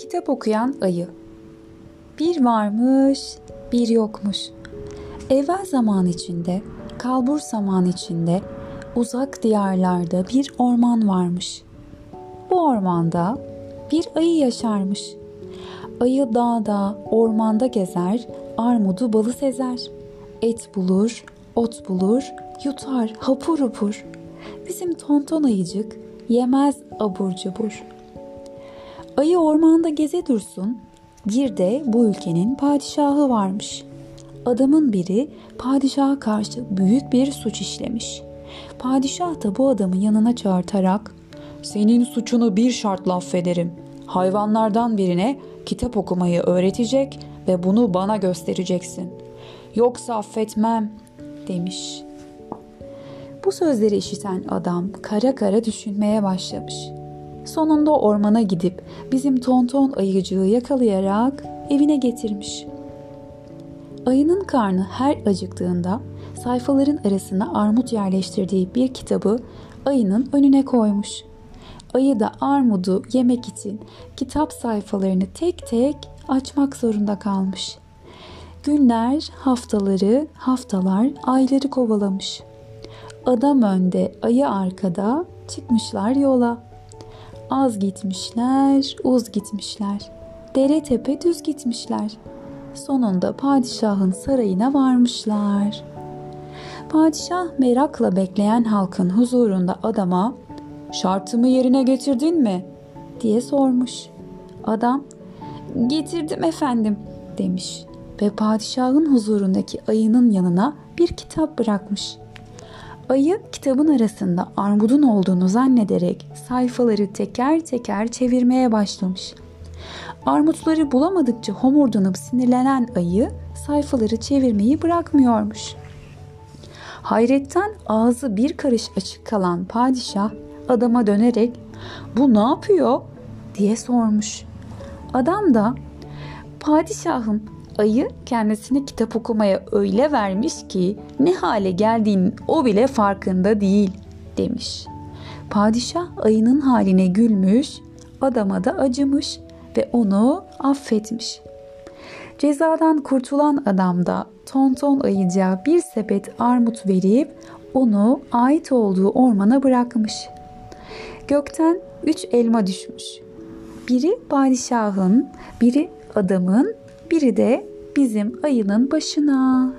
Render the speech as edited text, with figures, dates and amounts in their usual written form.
Kitap okuyan ayı. Bir varmış, bir yokmuş. Evvel zaman içinde, kalbur zaman içinde, uzak diyarlarda bir orman varmış. Bu ormanda bir ayı yaşarmış. Ayı dağda, ormanda gezer, armudu balı sezer. Et bulur, ot bulur, yutar hapur hapur. Bizim tonton ayıcık yemez abur cubur. Ayı ormanda geze dursun, bir de bu ülkenin padişahı varmış. Adamın biri padişaha karşı büyük bir suç işlemiş. Padişah da bu adamı yanına çağırtarak, "Senin suçunu bir şartla affederim. Hayvanlardan birine kitap okumayı öğretecek ve bunu bana göstereceksin. Yoksa affetmem," demiş. Bu sözleri işiten adam kara kara düşünmeye başlamış. Sonunda ormana gidip bizim tonton ayıcığı yakalayarak evine getirmiş. Ayının karnı her acıktığında sayfaların arasına armut yerleştirdiği bir kitabı ayının önüne koymuş. Ayı da armudu yemek için kitap sayfalarını tek tek açmak zorunda kalmış. Günler, haftalar, ayları kovalamış. Adam önde, ayı arkada çıkmışlar yola. Az gitmişler, uz gitmişler. Dere tepe düz gitmişler. Sonunda padişahın sarayına varmışlar. Padişah merakla bekleyen halkın huzurunda adama, "Şartımı yerine getirdin mi?" diye sormuş. Adam, "Getirdim efendim," demiş ve padişahın huzurundaki ayının yanına bir kitap bırakmış. Ayı kitabın arasında armudun olduğunu zannederek sayfaları teker teker çevirmeye başlamış. Armutları bulamadıkça homurdanıp sinirlenen ayı sayfaları çevirmeyi bırakmıyormuş. Hayretten ağzı bir karış açık kalan padişah adama dönerek, "Bu ne yapıyor?" diye sormuş. Adam da, "Padişahım, ayı kendisini kitap okumaya öyle vermiş ki ne hale geldiğinin o bile farkında değil," demiş. Padişah ayının haline gülmüş, adama da acımış ve onu affetmiş. Cezadan kurtulan adam da tonton ayıcığa bir sepet armut verip onu ait olduğu ormana bırakmış. Gökten 3 elma düşmüş. Biri padişahın, biri adamın, biri de bizim ayının başına.